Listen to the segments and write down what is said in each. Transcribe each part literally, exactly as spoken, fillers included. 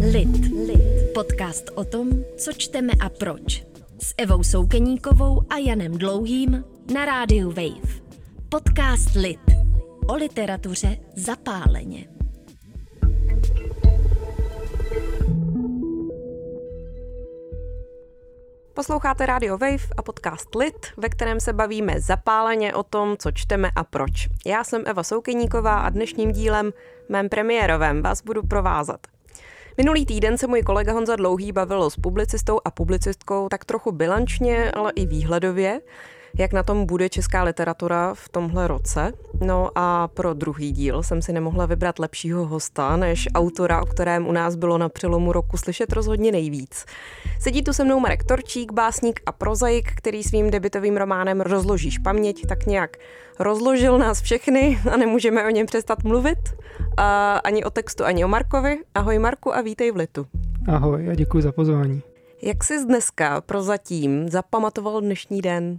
Lid. Lid. Podcast o tom, co čteme a proč. S Evou Soukeníkovou a Janem Dlouhým na rádiu Wave. Podcast Lid. O literatuře zapáleně. Posloucháte rádio Wave a podcast Lid, ve kterém se bavíme zapáleně o tom, co čteme a proč. Já jsem Eva Soukeníková a dnešním dílem, mém premiérovém, vás budu provázat. Minulý týden se můj kolega Honza Dlouhý bavil s publicistou a publicistkou tak trochu bilančně, ale i výhledově, jak na tom bude česká literatura v tomhle roce. No a pro druhý díl jsem si nemohla vybrat lepšího hosta, než autora, o kterém u nás bylo na přelomu roku slyšet rozhodně nejvíc. Sedí tu se mnou Marek Torčík, básník a prozaik, který svým debutovým románem Rozložíš paměť tak nějak rozložil nás všechny a nemůžeme o něm přestat mluvit. A ani o textu, ani o Markovi. Ahoj Marku a vítej v Litu. Ahoj a děkuji za pozvání. Jak jsi dneska prozatím zapamatoval dnešní den?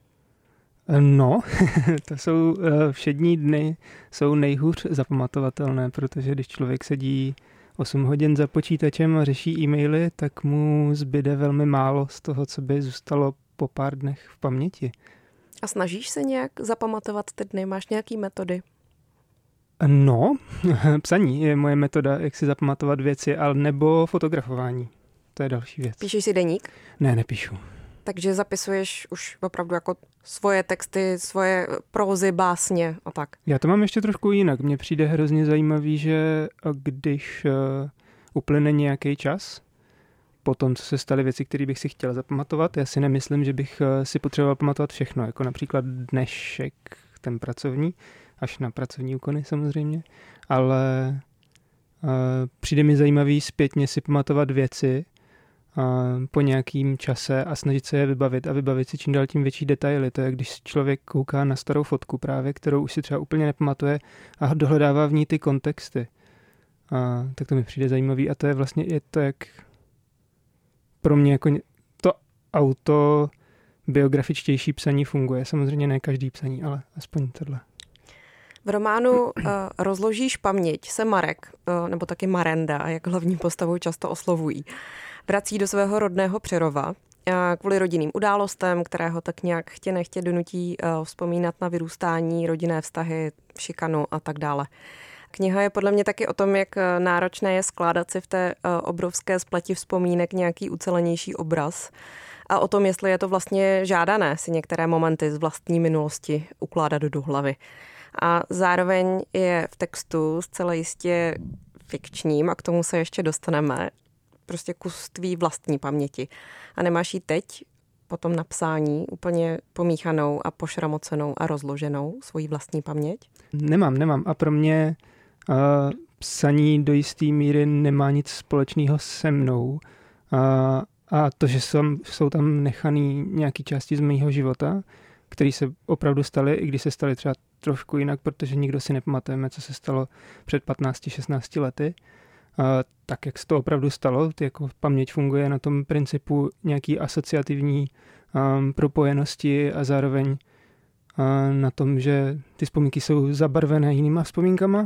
No, to jsou všední dny, jsou nejhůř zapamatovatelné, protože když člověk sedí osm hodin za počítačem a řeší e-maily, tak mu zbyde velmi málo z toho, co by zůstalo po pár dnech v paměti. A snažíš se nějak zapamatovat ty dny? Máš nějaký metody? No, psaní je moje metoda, jak si zapamatovat věci, ale nebo fotografování. To je další věc. Píšeš si deník? Ne, nepíšu. Takže zapisuješ už opravdu jako svoje texty, svoje prózy, básně a tak. Já to mám ještě trošku jinak. Mně přijde hrozně zajímavý, že když uh, uplyne nějaký čas, po tom, co se staly věci, které bych si chtěl zapamatovat, já si nemyslím, že bych uh, si potřeboval pamatovat všechno, jako například dnešek, ten pracovní, až na pracovní úkony samozřejmě, ale uh, přijde mi zajímavý zpětně si pamatovat věci, po nějakým čase a snažit se je vybavit a vybavit si čím dál tím větší detaily. To je, když člověk kouká na starou fotku právě, kterou už si třeba úplně nepamatuje a dohledává v ní ty kontexty. A tak to mi přijde zajímavý a to je vlastně je to, jak pro mě jako to autobiografičtější psaní funguje. Samozřejmě ne každý psaní, ale aspoň tohle. V románu uh, Rozložíš paměť se Marek, uh, nebo taky Marenda, jak hlavní postavu často oslovují, vrací do svého rodného Přerova uh, kvůli rodinným událostem, které ho tak nějak chtě nechtě donutí uh, vzpomínat na vyrůstání, rodinné vztahy, šikanu a tak dále. Kniha je podle mě taky o tom, jak náročné je skládat si v té uh, obrovské spleti vzpomínek nějaký ucelenější obraz a o tom, jestli je to vlastně žádané si některé momenty z vlastní minulosti ukládat do hlavy. A zároveň je v textu zcela jistě fikčním a k tomu se ještě dostaneme, prostě kus tvý vlastní paměti. A nemáš ji teď, po tom napsání, úplně pomíchanou a pošramocenou a rozloženou, svoji vlastní paměť? Nemám, nemám. A pro mě uh, psaní do jisté míry nemá nic společného se mnou. Uh, a to, že jsem, jsou tam nechaný nějaký části z mého života, které se opravdu staly, i když se staly třeba trošku jinak, protože nikdo si nepamatujeme, co se stalo před patnácti šestnácti lety. Uh, tak, jak se to opravdu stalo, ty jako paměť funguje na tom principu nějaký asociativní um, propojenosti a zároveň uh, na tom, že ty vzpomínky jsou zabarvené jinýma vzpomínkama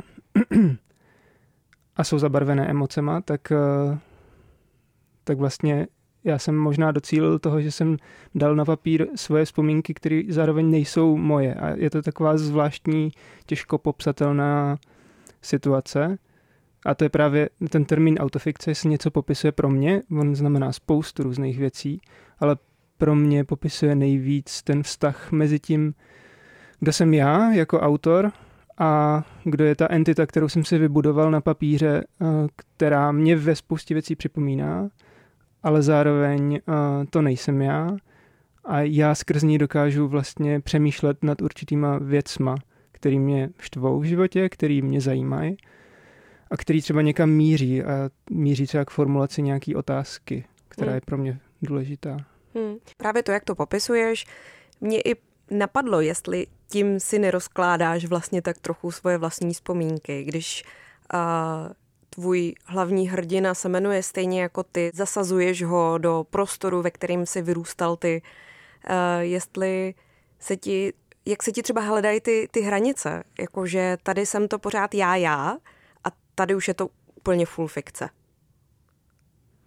a jsou zabarvené emocema, tak, uh, tak vlastně já jsem možná docílil toho, že jsem dal na papír svoje vzpomínky, které zároveň nejsou moje. A je to taková zvláštní, těžko popsatelná situace. A to je právě ten termín autofikce, jestli něco popisuje pro mě, on znamená spoustu různých věcí, ale pro mě popisuje nejvíc ten vztah mezi tím, kdo jsem já jako autor a kdo je ta entita, kterou jsem si vybudoval na papíře, která mě ve spoustě věcí připomíná, ale zároveň uh, to nejsem já a já skrz ní dokážu vlastně přemýšlet nad určitýma věcma, který mě štvou v životě, který mě zajímají a který třeba někam míří a míří třeba k formulaci nějaký otázky, která hmm. je pro mě důležitá. Hmm. Právě to, jak to popisuješ, mě i napadlo, jestli tím si nerozkládáš vlastně tak trochu svoje vlastní vzpomínky, když uh, tvůj hlavní hrdina se jmenuje stejně jako ty, zasazuješ ho do prostoru, ve kterém jsi vyrůstal ty, uh, jestli se ti, jak se ti třeba hledají ty, ty hranice, jakože tady jsem to pořád já, já a tady už je to úplně full fikce.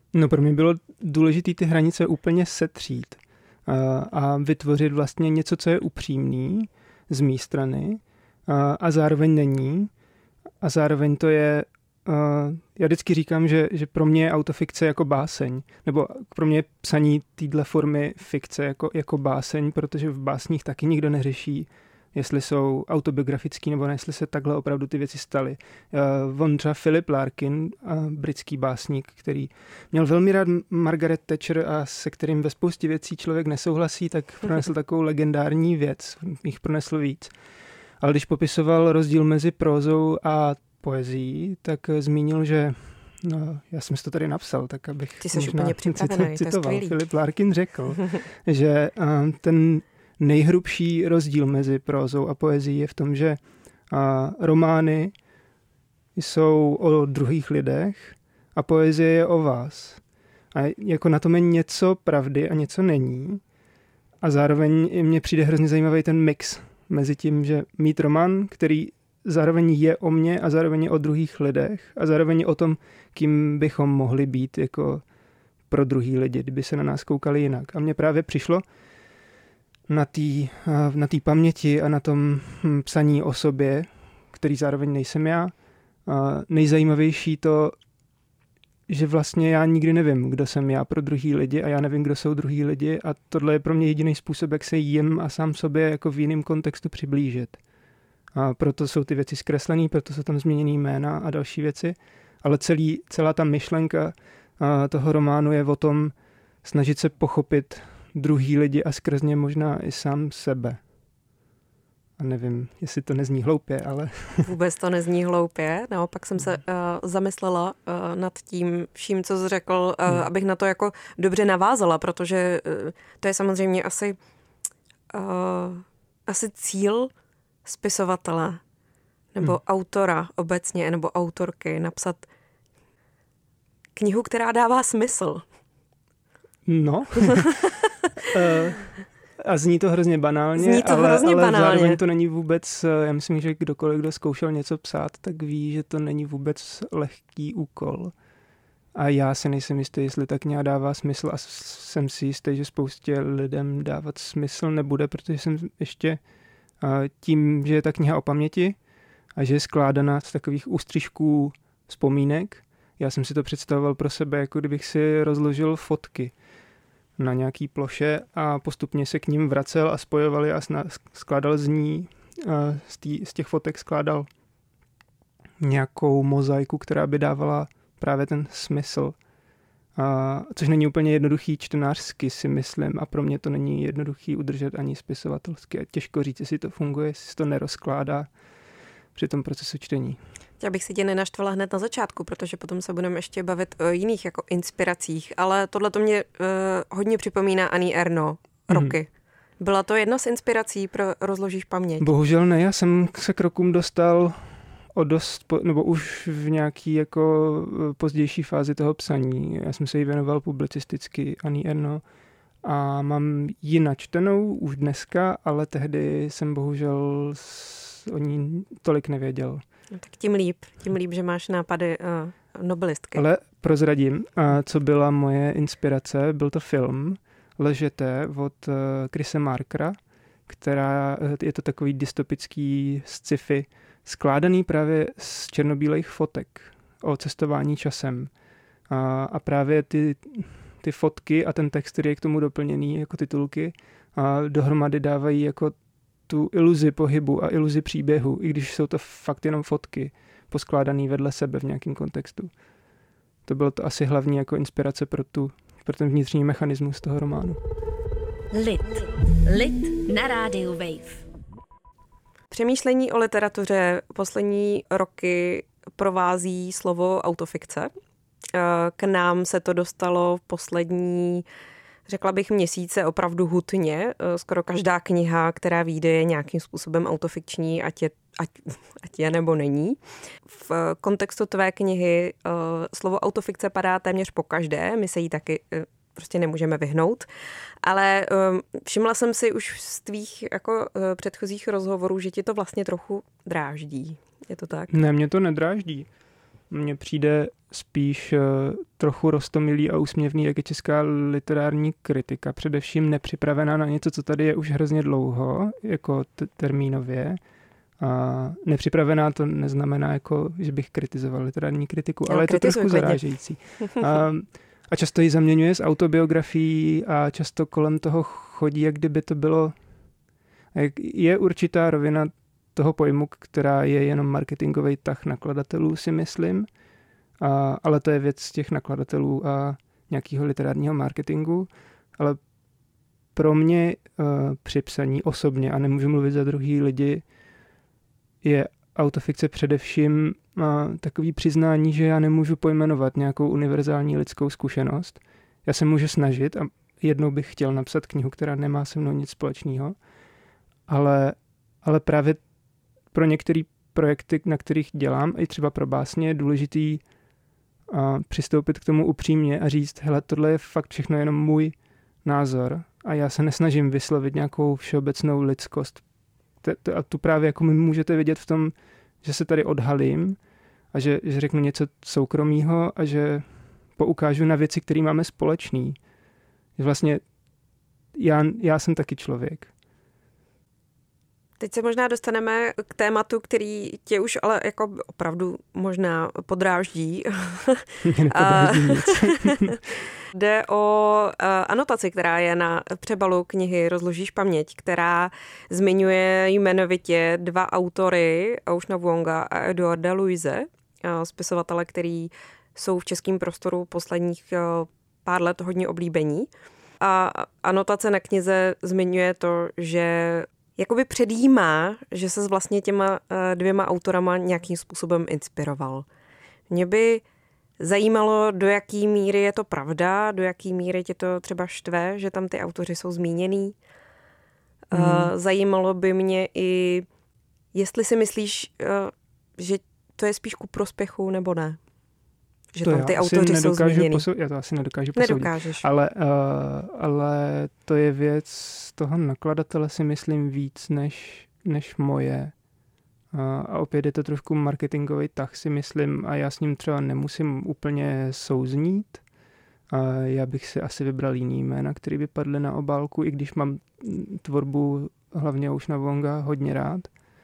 No pro mě bylo důležité ty hranice úplně setřít a, a vytvořit vlastně něco, co je upřímný z mé strany a, a zároveň není. A zároveň to je, uh, já vždycky říkám, že, že pro mě je autofikce jako báseň, nebo pro mě je psaní téhle formy fikce jako, jako báseň, protože v básních taky nikdo neřeší, jestli jsou autobiografický nebo ne, jestli se takhle opravdu ty věci staly. Uh, on třeba Philip Larkin, uh, britský básník, který měl velmi rád Margaret Thatcher a se kterým ve spoustě věcí člověk nesouhlasí, tak pronesl takovou legendární věc, jich pronesl víc. Ale když popisoval rozdíl mezi prózou a poezií, tak zmínil, že, no, já jsem si to tady napsal, tak abych Ty jsi úplně připravený, citoval. Philip Larkin řekl, že um, ten nejhrubší rozdíl mezi prózou a poezií je v tom, že uh, romány jsou o druhých lidech a poezie je o vás. A jako na tom je něco pravdy a něco není. A zároveň mně přijde hrozně zajímavý ten mix mezi tím, že mít román, který zároveň je o mně a zároveň je o druhých lidech a zároveň je o tom, kým bychom mohli být jako pro druhý lidi, kdyby se na nás koukali jinak. A mně právě přišlo na té na té paměti a na tom psaní o sobě, který zároveň nejsem já, a nejzajímavější to, že vlastně já nikdy nevím, kdo jsem já pro druhý lidi a já nevím, kdo jsou druhý lidi a tohle je pro mě jediný způsob, jak se jim a sám sobě jako v jiném kontextu přiblížit. A proto jsou ty věci zkreslený, proto jsou tam změněný jména a další věci, ale celý, celá ta myšlenka toho románu je o tom snažit se pochopit druhý lidi a skrz ně možná i sám sebe. A nevím, jestli to nezní hloupě, ale... Vůbec to nezní hloupě. Naopak jsem se uh, zamyslela uh, nad tím vším, co jsi řekl, uh, hmm. abych na to jako dobře navázala, protože uh, to je samozřejmě asi, uh, asi cíl spisovatele nebo hmm. autora obecně, nebo autorky napsat knihu, která dává smysl. No. uh... A zní to hrozně banálně, zní to ale, hrozně ale banálně. zároveň to není vůbec, já myslím, že kdokoliv, kdo zkoušel něco psát, tak ví, že to není vůbec lehký úkol. A já si nejsem jistý, jestli ta kniha dává smysl a jsem si jistý, že spoustě lidem dávat smysl nebude, protože jsem ještě tím, že je ta kniha o paměti a že je skládaná z takových ústřižků vzpomínek, já jsem si to představoval pro sebe, jako kdybych si rozložil fotky na nějaký ploše a postupně se k ním vracel a spojoval je a skládal z ní, z, tý, z těch fotek skládal nějakou mozaiku, která by dávala právě ten smysl. A, což není úplně jednoduchý čtenářsky, si myslím, a pro mě to není jednoduchý udržet ani spisovatelsky. A těžko říct, jestli to funguje, jestli to nerozkládá při tom procesu čtení. Já bych si tě nenaštvala hned na začátku, protože potom se budeme ještě bavit o jiných jako inspiracích, ale tohle to mě uh, hodně připomíná Annie Ernaux, Roky. Mm. Byla to jedna z inspirací pro Rozložíš paměť? Bohužel ne, já jsem se k Rokům dostal o dost, nebo už v nějaký jako pozdější fázi toho psaní. Já jsem se jí věnoval publicisticky, Annie Ernaux, a mám ji načtenou už dneska, ale tehdy jsem bohužel o ní tolik nevěděl. No, tak tím líp, tím líp, že máš nápady uh, nobelistky. Ale prozradím, uh, co byla moje inspirace, byl to film Ležete od uh, Chrise Markera, která uh, je to takový dystopický sci-fi, skládaný právě z černobílejch fotek o cestování časem. Uh, a právě ty, ty fotky a ten text, který je k tomu doplněný jako titulky, uh, dohromady dávají jako tu iluzi pohybu a iluzi příběhu, i když jsou to fakt jenom fotky poskládané vedle sebe v nějakém kontextu. To bylo to asi hlavní jako inspirace pro, tu, pro ten vnitřní mechanismus toho románu. Lit. Lit na rádiu Wave. Přemýšlení o literatuře poslední roky provází slovo autofikce. K nám se to dostalo v poslední, řekla bych, měsíce opravdu hutně. Skoro každá kniha, která vyjde, je nějakým způsobem autofikční, ať je, ať, ať je nebo není. V kontextu tvé knihy slovo autofikce padá téměř pokaždé, my se jí taky prostě nemůžeme vyhnout. Ale všimla jsem si už z tvých jako předchozích rozhovorů, že ti to vlastně trochu dráždí. Je to tak? Ne, mě to nedráždí. Mně přijde, spíš trochu roztomilý a úsměvný, jak je česká literární kritika, především nepřipravená na něco, co tady je už hrozně dlouho, jako t- termínově. A nepřipravená to neznamená, jako, že bych kritizoval literární kritiku, Já ale je to trošku klidně. zarážející. A, a často ji zaměňuje s autobiografií a často kolem toho chodí, jak kdyby to bylo... Je určitá rovina toho pojmu, která je jenom marketingový tah nakladatelů, si myslím, a, ale to je věc těch nakladatelů a nějakého literárního marketingu, ale pro mě uh, při psaní osobně, a nemůžu mluvit za druhý lidi, je autofikce především uh, takový přiznání, že já nemůžu pojmenovat nějakou univerzální lidskou zkušenost. Já se můžu snažit a jednou bych chtěl napsat knihu, která nemá se mnou nic společného, ale, ale právě pro některé projekty, na kterých dělám, i třeba pro básně, je důležitý uh, přistoupit k tomu upřímně a říct, hele, tohle je fakt všechno jenom můj názor a já se nesnažím vyslovit nějakou všeobecnou lidskost. A tu právě jako mi můžete vidět v tom, že se tady odhalím a že, že řeknu něco soukromého a že poukážu na věci, které máme společný. Že vlastně já, já jsem taky člověk. Teď se možná dostaneme k tématu, který tě už ale jako opravdu možná podráždí. Mě nepodráždí nic. Jde o uh, anotaci, která je na přebalu knihy Rozložíš paměť, která zmiňuje jmenovitě dva autory, Oceana Vuonga a Eduarda Luise, uh, spisovatele, který jsou v českém prostoru posledních uh, pár let hodně oblíbení. A anotace na knize zmiňuje to, že jakoby předjímá, že se vlastně těma uh, dvěma autorama nějakým způsobem inspiroval. Mě by zajímalo, do jaký míry je to pravda, do jaký míry tě to třeba štve, že tam ty autoři jsou zmíněný. Mm. Uh, zajímalo by mě i, jestli si myslíš, uh, že to je spíš ku prospěchu, nebo ne? Že to tam ty autoři jsou zmíněný. Posou- já to asi nedokážu posoudit. Nedokážeš. Ale, uh, ale to je věc toho nakladatele, si myslím, víc než, než moje. A opět je to trošku marketingový tah, si myslím, a já s ním třeba nemusím úplně souznít. A já bych si asi vybral jiný jména, který by padly na obálku, i když mám tvorbu hlavně už na Vuonga hodně rád.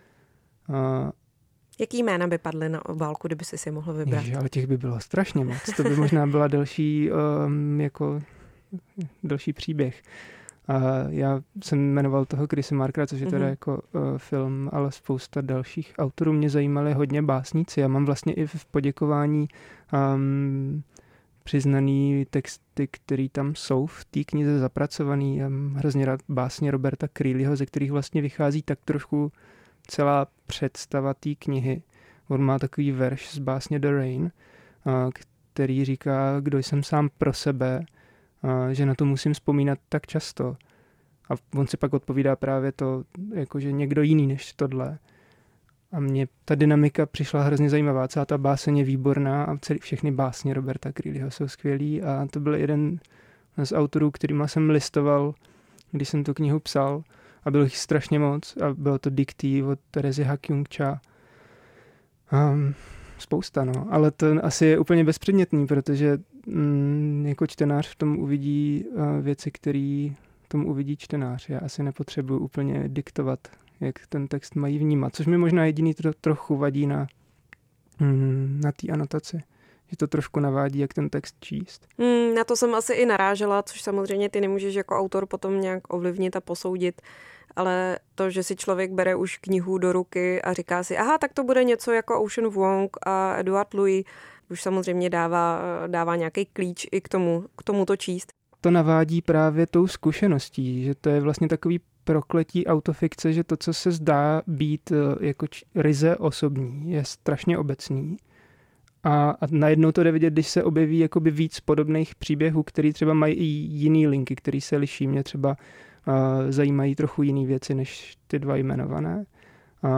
A jaký jména by padly na obálku, kdyby si si mohl vybrat? Ježi, ale těch by bylo strašně moc. To by možná byla delší, um, jako, delší příběh. A já jsem jmenoval toho Chrisse Markera, což je teda mm-hmm. jako uh, film, ale spousta dalších autorů mě zajímaly hodně básníci. Já mám vlastně i v poděkování um, přiznaný texty, které tam jsou v té knize zapracovaný. Já mám hrozně rád básně Roberta Creeleyho, ze kterých vlastně vychází tak trošku celá představa té knihy. On má takový verš z básně The Rain, uh, který říká, kdo jsem sám pro sebe, a že na to musím vzpomínat tak často. A on si pak odpovídá právě to, jako že někdo jiný než tohle. A mně ta dynamika přišla hrozně zajímavá. Celá ta báseň je výborná a celý, všechny básně Roberta Creeleyho jsou skvělý. A to byl jeden z autorů, kterýma jsem listoval, když jsem tu knihu psal. A bylo jich strašně moc. A bylo to diktí od Terezy Hakyung-cha. Um, spousta, no. Ale to asi je úplně bezpředmětný, protože mm, jako čtenář v tom uvidí uh, věci, které v tom uvidí čtenář. Já asi nepotřebuji úplně diktovat, jak ten text mají vnímat, což mi možná jediný tro, trochu vadí na, mm, na té anotaci. Že to trošku navádí, jak ten text číst. Mm, na to jsem asi i narážela, což samozřejmě ty nemůžeš jako autor potom nějak ovlivnit a posoudit, ale to, že si člověk bere už knihu do ruky a říká si, aha, tak to bude něco jako Ocean Vuong a Eduard Louis, už samozřejmě dává, dává nějaký klíč i k tomu, k tomu to číst. To navádí právě tou zkušeností, že to je vlastně takový prokletí autofikce, že to, co se zdá být jako č- ryze osobní, je strašně obecný. A, a najednou to jde vidět, když se objeví jakoby víc podobných příběhů, který třeba mají i jiný linky, který se liší. Mě třeba uh, zajímají trochu jiný věci než ty dva jmenované. Uh,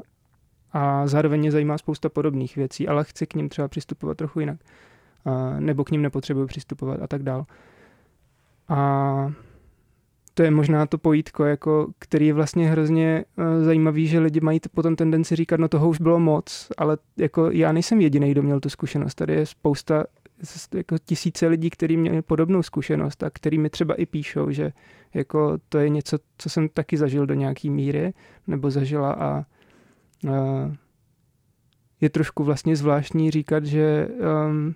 a zároveň mě zajímá spousta podobných věcí, ale chci k nim třeba přistupovat trochu jinak. Uh, nebo k nim nepotřebuji přistupovat a tak dál. A to je možná to pojítko, jako, který je vlastně hrozně uh, zajímavý, že lidi mají potom tendenci říkat, no toho už bylo moc, ale jako já nejsem jediný, kdo měl tu zkušenost. Tady je spousta, jako tisíce lidí, kteří měli podobnou zkušenost a který mi třeba i píšou, že jako to je něco, co jsem taky zažil do nějaký míry, nebo zažila a uh, je trošku vlastně zvláštní říkat, že um,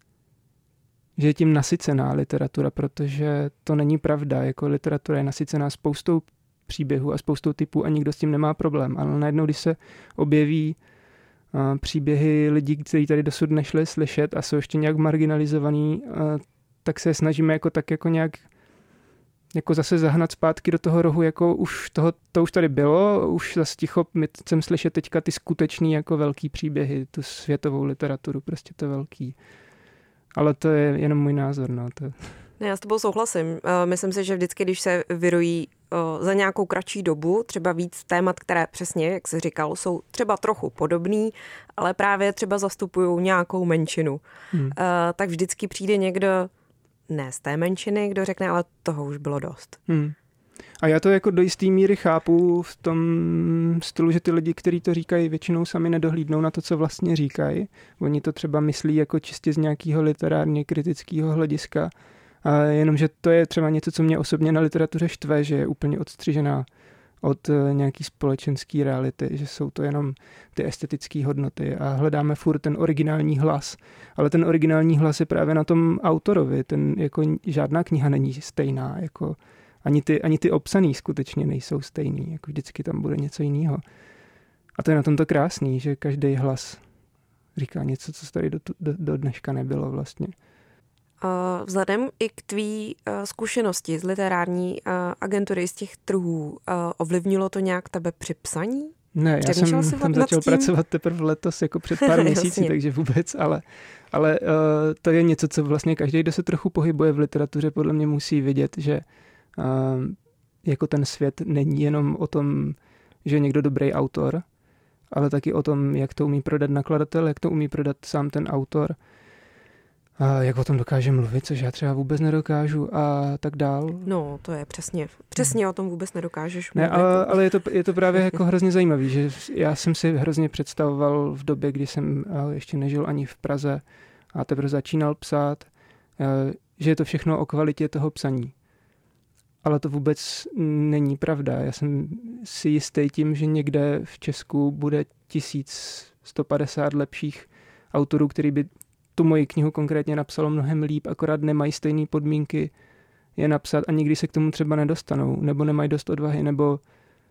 že je tím nasycená literatura, protože to není pravda. Jako literatura je nasycená spoustou příběhů a spoustou typů a nikdo s tím nemá problém. Ale najednou, když se objeví uh, příběhy lidí, kteří tady dosud nešli slyšet a jsou ještě nějak marginalizovaní, uh, tak se snažíme jako tak jako nějak jako zase zahnat zpátky do toho rohu, jako už toho, to už tady bylo, už zase ticho, my chcem slyšet teďka ty skutečný jako velký příběhy, tu světovou literaturu, prostě to velký. Ale to je jenom můj názor. No. To... Ne, já s tebou souhlasím. Myslím si, že vždycky, když se vyrojí za nějakou kratší dobu, třeba víc témat, které přesně, jak jsi říkal, jsou třeba trochu podobný, ale právě třeba zastupují nějakou menšinu, hmm. tak vždycky přijde někdo, ne z té menšiny, kdo řekne, ale toho už bylo dost. Hmm. A já to jako do jistý míry chápu v tom stylu, že ty lidi, kteří to říkají, většinou sami nedohlídnou na to, co vlastně říkají. Oni to třeba myslí jako čistě z nějakého literárně kritického hlediska. A jenomže to je třeba něco, co mě osobně na literatuře štve, že je úplně odstřižená od nějaký společenské reality, že jsou to jenom ty estetické hodnoty a hledáme furt ten originální hlas. Ale ten originální hlas je právě na tom autorovi. Ten, jako žádná kniha není stejná, jako Ani ty, ani ty obsaný skutečně nejsou stejný, jako vždycky tam bude něco jiného. A to je na tomto krásný, že každý hlas říká něco, co tady do, do, do dneška nebylo vlastně. Uh, vzhledem i k tvý uh, zkušenosti z literární uh, agentury, z těch trhů, uh, ovlivnilo to nějak tebe při psaní? Ne, já jsem tam začal pracovat teprve letos, jako před pár měsíci, takže vůbec, ale, ale uh, to je něco, co vlastně každý, kdo se trochu pohybuje v literatuře, podle mě musí vědět, že Uh, jako ten svět není jenom o tom, že je někdo dobrý autor, ale taky o tom, jak to umí prodat nakladatel, jak to umí prodat sám ten autor, a jak o tom dokáže mluvit, což já třeba vůbec nedokážu a tak dál. No, to je přesně, přesně o tom vůbec nedokážeš mluvit. Ne, ale, ale je, to, je to právě jako hrozně zajímavý, že já jsem si hrozně představoval v době, kdy jsem ještě nežil ani v Praze a teprve začínal psát, že je to všechno o kvalitě toho psaní. Ale to vůbec není pravda. Já jsem si jistý tím, že někde v Česku bude tisíc sto padesát lepších autorů, který by tu moji knihu konkrétně napsalo mnohem líp, akorát nemají stejné podmínky je napsat a nikdy se k tomu třeba nedostanou, nebo nemají dost odvahy, nebo,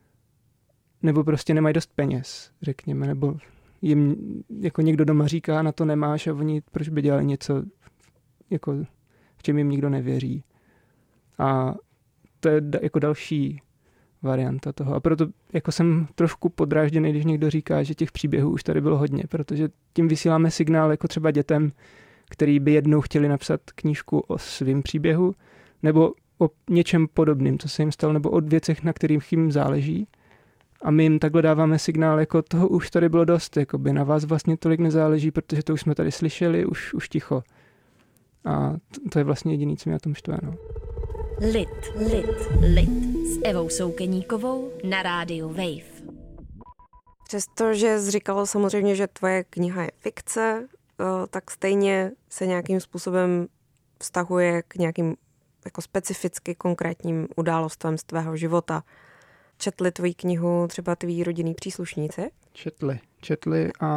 nebo prostě nemají dost peněz, řekněme, nebo jim jako někdo doma říká, na to nemáš a oni proč by dělali něco, jako, v čem jim nikdo nevěří. A to je jako další varianta toho. A proto jako jsem trošku podrážděný, když někdo říká, že těch příběhů už tady bylo hodně, protože tím vysíláme signál jako třeba dětem, který by jednou chtěli napsat knížku o svém příběhu, nebo o něčem podobným, co se jim stalo, nebo o věcech, na kterých jim záleží. A my jim takhle dáváme signál, jako toho už tady bylo dost, jakoby na vás vlastně tolik nezáleží, protože to už jsme tady slyšeli, už, už ticho. A to, to je vlastně jediný, co mě na tom štve, no. Lit, lit, lit s Evou Soukeníkovou na rádiu Wave. Přestože jsi říkal samozřejmě, že tvoje kniha je fikce, tak stejně se nějakým způsobem vztahuje k nějakým jako specificky konkrétním událostem z tvého života. Četli tvoji knihu třeba tví rodinní příslušníci? Četli, četli a,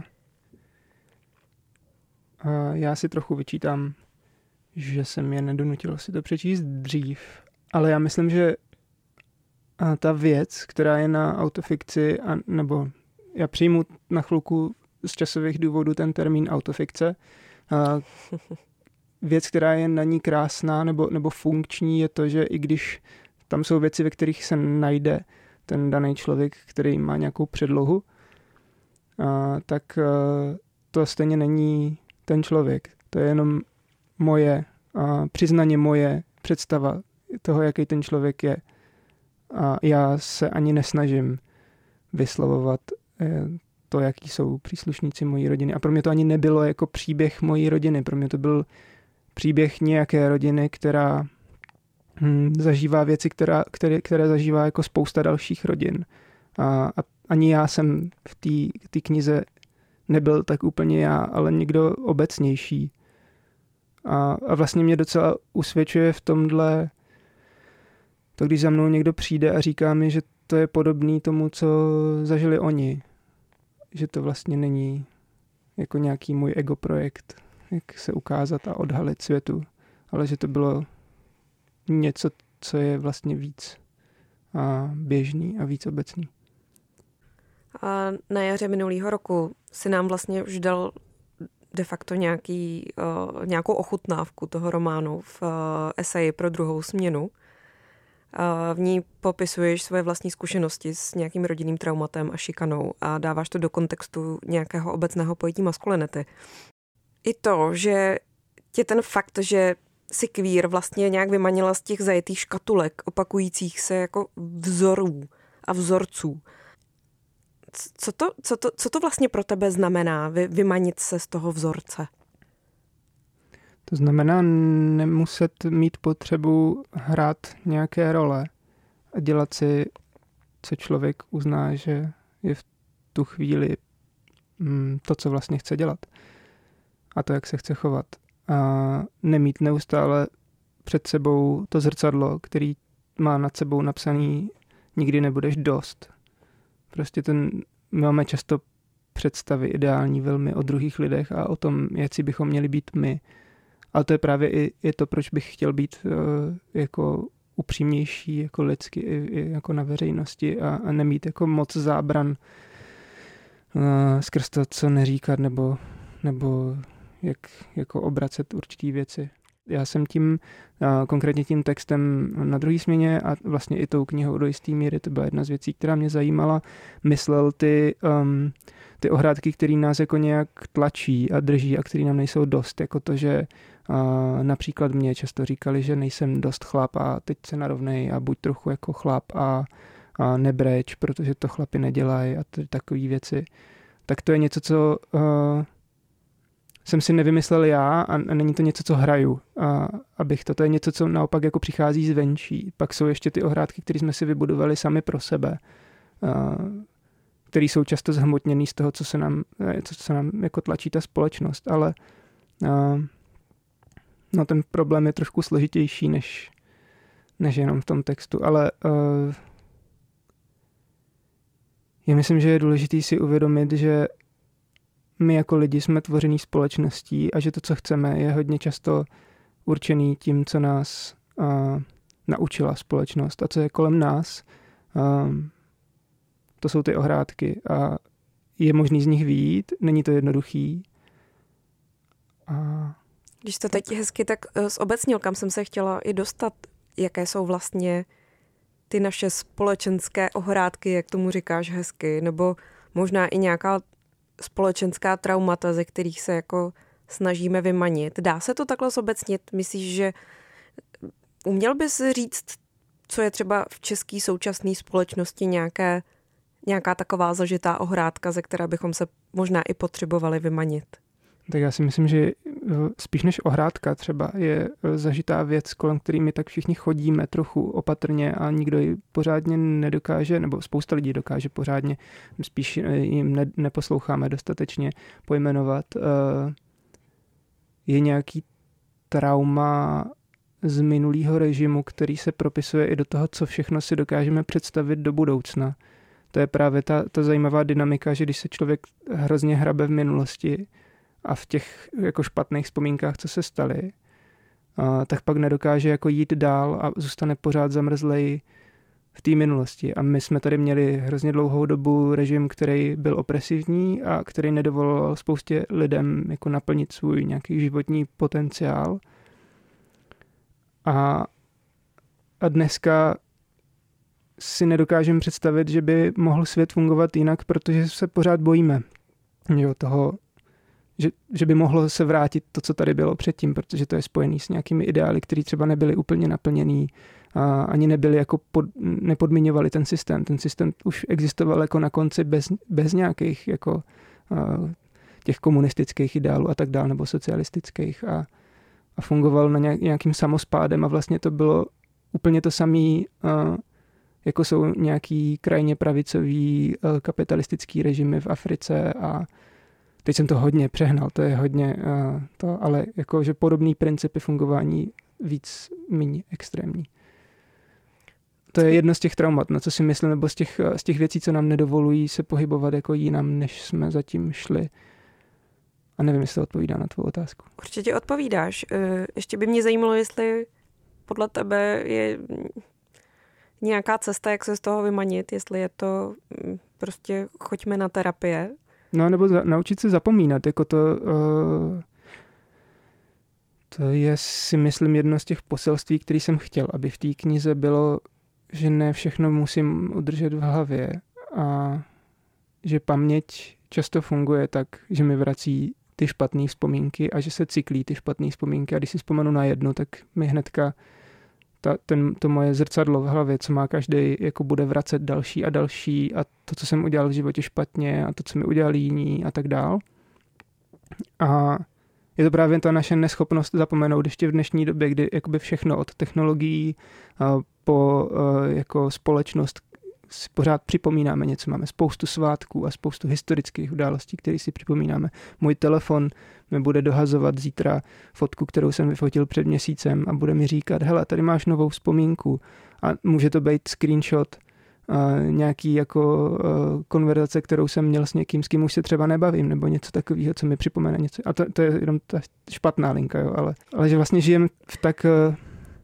a já si trochu vyčítám, že jsem je nedonutil si to přečíst dřív. Ale já myslím, že ta věc, která je na autofikci, a, nebo já přijmu na chvilku z časových důvodů ten termín autofikce, a věc, která je na ní krásná nebo, nebo funkční, je to, že i když tam jsou věci, ve kterých se najde ten daný člověk, který má nějakou předlohu, a, tak a, to stejně není ten člověk. To je jenom moje, a přiznaně moje představa toho, jaký ten člověk je. A já se ani nesnažím vyslovovat to, jaký jsou příslušníci mojí rodiny. A pro mě to ani nebylo jako příběh mojí rodiny. Pro mě to byl příběh nějaké rodiny, která hm, zažívá věci, která, které, které zažívá jako spousta dalších rodin. A, a ani já jsem v té knize nebyl tak úplně já, ale někdo obecnější. A, a vlastně mě docela usvědčuje v tomhle, to když za mnou někdo přijde a říká mi, že to je podobný tomu, co zažili oni. Že to vlastně není jako nějaký můj ego projekt, jak se ukázat a odhalit světu, ale že to bylo něco, co je vlastně víc a běžný a víc obecný. A na jaře minulého roku si nám vlastně už dal de facto nějaký, uh, nějakou ochutnávku toho románu v uh, eseji Pro druhou směnu. Uh, v ní popisuješ svoje vlastní zkušenosti s nějakým rodinným traumatem a šikanou a dáváš to do kontextu nějakého obecného pojetí maskulinity. I to, že tě ten fakt, že si queer vlastně nějak vymanila z těch zajetých škatulek, opakujících se jako vzorů a vzorců. Co to, co to, co to vlastně pro tebe znamená, vy, vymanit se z toho vzorce? To znamená nemuset mít potřebu hrát nějaké role a dělat si, co člověk uzná, že je v tu chvíli to, co vlastně chce dělat. A to, jak se chce chovat. A nemít neustále před sebou to zrcadlo, který má nad sebou napsaný nikdy nebudeš dost. Prostě ten, my máme často představy ideální velmi o druhých lidech a o tom, jaký bychom měli být my. Ale to je právě i, i to, proč bych chtěl být uh, jako upřímnější, jako lidsky, i, i jako na veřejnosti a, a nemít jako moc zábran uh, skrz to, co neříkat, nebo, nebo jak jako obracet určitý věci. Já jsem tím, uh, konkrétně tím textem na druhé směně a vlastně i tou knihou do jistý míry, to byla jedna z věcí, která mě zajímala, myslel ty, um, ty ohrádky, které nás jako nějak tlačí a drží a které nám nejsou dost, jako to, že uh, například mě často říkali, že nejsem dost chlap a teď se narovnej a buď trochu jako chlap a, a nebreč, protože to chlapi nedělají a takové věci. Tak to je něco, co uh, jsem si nevymyslel já a není to něco, co hraju. A abych to, to je něco, co naopak jako přichází zvenčí. Pak jsou ještě ty ohrádky, které jsme si vybudovali sami pro sebe, které jsou často zhmotněný z toho, co se nám, co se nám jako tlačí ta společnost. Ale no, ten problém je trošku složitější, než, než jenom v tom textu. Ale já myslím, že je důležité si uvědomit, že my jako lidi jsme tvořený společností a že to, co chceme, je hodně často určený tím, co nás uh, naučila společnost a co je kolem nás. Um, to jsou ty ohrádky a je možný z nich vyjít, není to jednoduchý. A... Když to teď hezky tak uh, zobecnil, kam jsem se chtěla i dostat, jaké jsou vlastně ty naše společenské ohrádky, jak tomu říkáš hezky, nebo možná i nějaká společenská traumata, ze kterých se jako snažíme vymanit. Dá se to takhle zobecnit? Myslíš, že uměl bys říct, co je třeba v české současné společnosti nějaké, nějaká taková zažitá ohrádka, ze které bychom se možná i potřebovali vymanit? Tak já si myslím, že spíš než ohrádka třeba je zažitá věc, kolem který my tak všichni chodíme trochu opatrně a nikdo ji pořádně nedokáže, nebo spousta lidí dokáže pořádně, spíš jim ne, neposloucháme dostatečně pojmenovat. Je nějaký trauma z minulého režimu, který se propisuje i do toho, co všechno si dokážeme představit do budoucna. To je právě ta, ta zajímavá dynamika, že když se člověk hrozně hrabe v minulosti, a v těch jako špatných vzpomínkách, co se staly, a tak pak nedokáže jako jít dál a zůstane pořád zamrzlej v té minulosti. A my jsme tady měli hrozně dlouhou dobu režim, který byl opresivní a který nedovoloval spoustě lidem jako naplnit svůj nějaký životní potenciál. A, a dneska si nedokážeme představit, že by mohl svět fungovat jinak, protože se pořád bojíme jo, toho, Že, že by mohlo se vrátit to, co tady bylo předtím, protože to je spojený s nějakými ideály, které třeba nebyly úplně naplněný a ani nebyly jako pod, nepodmiňovali ten systém. Ten systém už existoval jako na konci bez, bez nějakých jako a, těch komunistických ideálů a tak dále, nebo socialistických a, a fungoval na nějak, nějakým samospádem a vlastně to bylo úplně to samý, uh, jako jsou nějaký krajně pravicový uh, kapitalistický režimy v Africe a teď jsem to hodně přehnal, to je hodně uh, to, ale jakože podobný principy fungování víc méně extrémní. To je jedno z těch traumat, na co si myslím, nebo z těch, z těch věcí, co nám nedovolují se pohybovat jako jinam, než jsme zatím šli. A nevím, jestli to odpovídá na tvou otázku. Určitě odpovídáš. Ještě by mě zajímalo, jestli podle tebe je nějaká cesta, jak se z toho vymanit, jestli je to prostě choďme na terapie. No, nebo za, naučit se zapomínat, jako to... Uh, to je, si myslím, jedno z těch poselství, který jsem chtěl, aby v té knize bylo, že ne všechno musím udržet v hlavě a že paměť často funguje tak, že mi vrací ty špatné vzpomínky a že se cyklí ty špatné vzpomínky a když si vzpomenu na jednu, tak mi hnedka ta, ten, to moje zrcadlo v hlavě, co má každý, jako bude vracet další a další a to, co jsem udělal v životě špatně a to, co mi udělali jiní a tak dál. A je to právě ta naše neschopnost zapomenout ještě v dnešní době, kdy jakoby všechno od technologií po jako společnost si pořád připomínáme něco. Máme spoustu svátků a spoustu historických událostí, které si připomínáme. Můj telefon mi bude dohazovat zítra fotku, kterou jsem vyfotil před měsícem a bude mi říkat, hele, tady máš novou vzpomínku a může to být screenshot Uh, nějaký jako uh, konverzace, kterou jsem měl s někým, s kým už se třeba nebavím, nebo něco takového, co mi připomene něco. A to, to je jenom ta špatná linka, jo, ale, ale že vlastně žijeme v, tak, uh,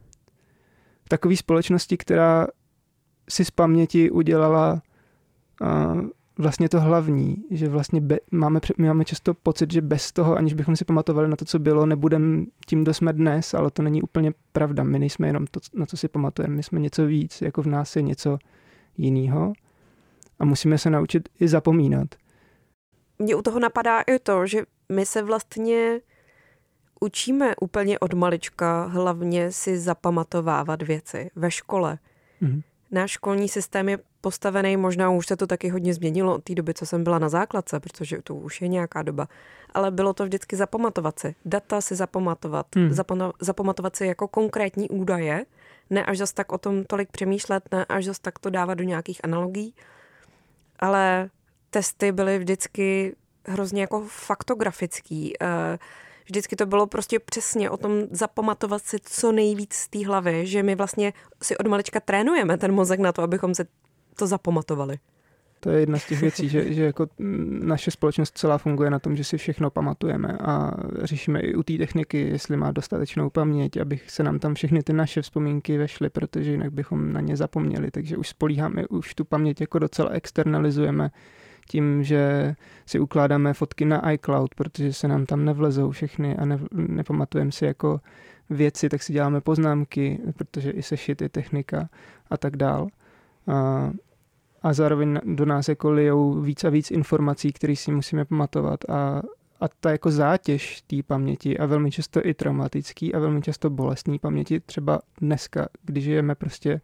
v takové společnosti, která si z paměti udělala uh, vlastně to hlavní, že vlastně be, máme, my máme často pocit, že bez toho, aniž bychom si pamatovali na to, co bylo, nebudeme tím, kdo jsme dnes, ale to není úplně pravda. My nejsme jenom to, na co si pamatujeme, my jsme něco víc, jako v nás je něco jinýho a musíme se naučit i zapomínat. Mně u toho napadá i to, že my se vlastně učíme úplně od malička hlavně si zapamatovávat věci ve škole. Mm-hmm. Náš školní systém je postavený, možná už se to taky hodně změnilo od té doby, co jsem byla na základce, protože to už je nějaká doba, ale bylo to vždycky zapamatovat si, data si zapamatovat, mm. Zapano- zapamatovat si jako konkrétní údaje, ne až zas tak o tom tolik přemýšlet, ne až zas tak to dávat do nějakých analogií, ale testy byly vždycky hrozně jako faktografický. Vždycky to bylo prostě přesně o tom zapamatovat si co nejvíc z té hlavy, že my vlastně si od malička trénujeme ten mozek na to, abychom se to zapamatovali. To je jedna z těch věcí, že, že jako naše společnost celá funguje na tom, že si všechno pamatujeme a řešíme i u té techniky, jestli má dostatečnou paměť, aby se nám tam všechny ty naše vzpomínky vešly, protože jinak bychom na ně zapomněli. Takže už spolíháme, už tu paměť jako docela externalizujeme tím, že si ukládáme fotky na iCloud, protože se nám tam nevlezou všechny a ne, nepamatujeme si jako věci, tak si děláme poznámky, protože i sešit je technika a tak dál. A A zároveň do nás jako lijou víc a víc informací, které si musíme pamatovat. A, a ta jako zátěž té paměti a velmi často i traumatický a velmi často bolestný paměti, třeba dneska, když žijeme prostě,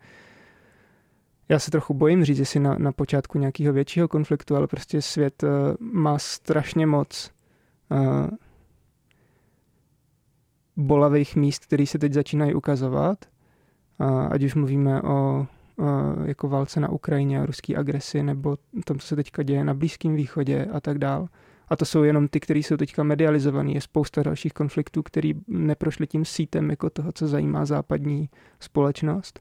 já se trochu bojím říct, jestli na, na počátku nějakého většího konfliktu, ale prostě svět uh, má strašně moc uh, bolavých míst, které se teď začínají ukazovat. Uh, ať už mluvíme o jako válce na Ukrajině a ruský agresi, nebo tom, co se teďka děje na Blízkém východě a tak dál. A to jsou jenom ty, které jsou teďka medializovaný. Je spousta dalších konfliktů, které neprošly tím sítem jako toho, co zajímá západní společnost.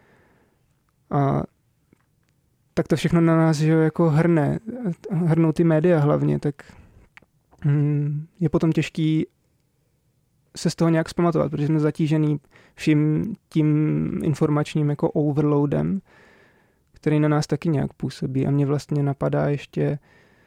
A tak to všechno na nás, že jako hrne, hrnou ty média hlavně, tak hm, je potom těžký se z toho nějak zpamatovat, protože jsme zatížený vším tím informačním jako overloadem, který na nás taky nějak působí. A mě vlastně napadá ještě,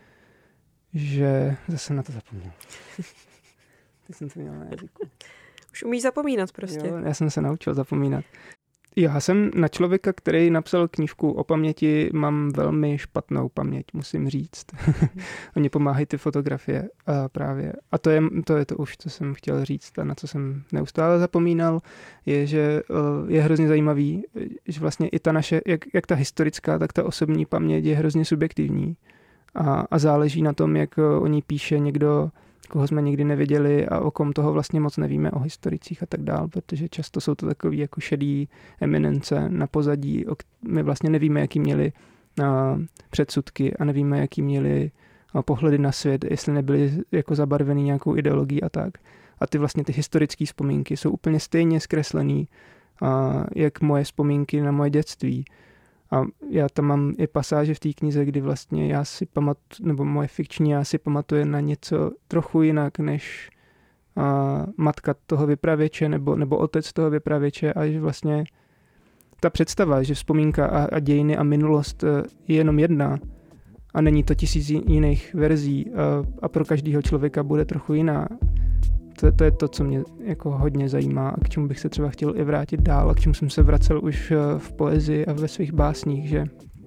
že zase na to zapomněl. Ty jsem to měl na jazyku. Už umíš zapomínat prostě. Jo, já jsem se naučil zapomínat. Já jsem na člověka, který napsal knížku o paměti, mám velmi špatnou paměť, musím říct. Oni pomáhají ty fotografie a právě. A to je, to je to už, co jsem chtěl říct a na co jsem neustále zapomínal, je, že je hrozně zajímavý, že vlastně i ta naše, jak, jak ta historická, tak ta osobní paměť je hrozně subjektivní. A, a záleží na tom, jak o ní píše někdo, koho jsme nikdy neviděli a o kom toho vlastně moc nevíme, o historicích a tak dál, protože často jsou to takový jako šedý eminence na pozadí, my vlastně nevíme, jaký měli předsudky a nevíme, jaký měli pohledy na svět, jestli nebyli jako zabarvený nějakou ideologií a tak. A ty vlastně ty historické vzpomínky jsou úplně stejně zkreslený, a jak moje vzpomínky na moje dětství. A já tam mám i pasáže v té knize, kdy vlastně já si pamatuju, nebo moje fikční já si pamatuje na něco trochu jinak, než a, matka toho vypravěče nebo, nebo otec toho vypravěče, a že vlastně ta představa, že vzpomínka a, a dějiny a minulost je jenom jedna a není to tisíc jiných verzí a, a pro každého člověka bude trochu jiná. To, to je to, co mě jako hodně zajímá a k čemu bych se třeba chtěl i vrátit dál a k čemu jsem se vracel už v poezii a ve svých básních, že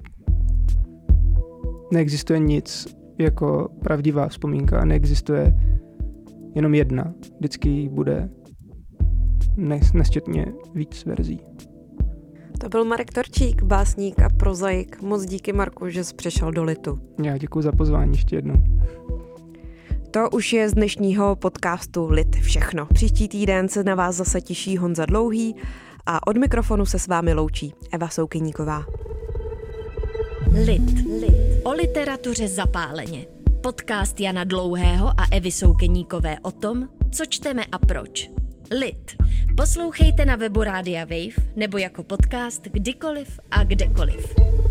neexistuje nic jako pravdivá vzpomínka a neexistuje jenom jedna. Vždycky jí bude nesčetně víc verzí. To byl Marek Torčík, básník a prozaik. Moc díky, Marku, že jsi přišel do Litu. Já děkuji za pozvání ještě jednou. To už je z dnešního podcastu Lit všechno. Příští týden se na vás zase těší Honza Dlouhý a od mikrofonu se s vámi loučí Eva Soukeníková. Lit. Lit. O literatuře zapáleně. Podcast Jana Dlouhého a Evy Soukeníkové o tom, co čteme a proč. Lit. Poslouchejte na webu Rádia Wave nebo jako podcast kdykoliv a kdekoliv.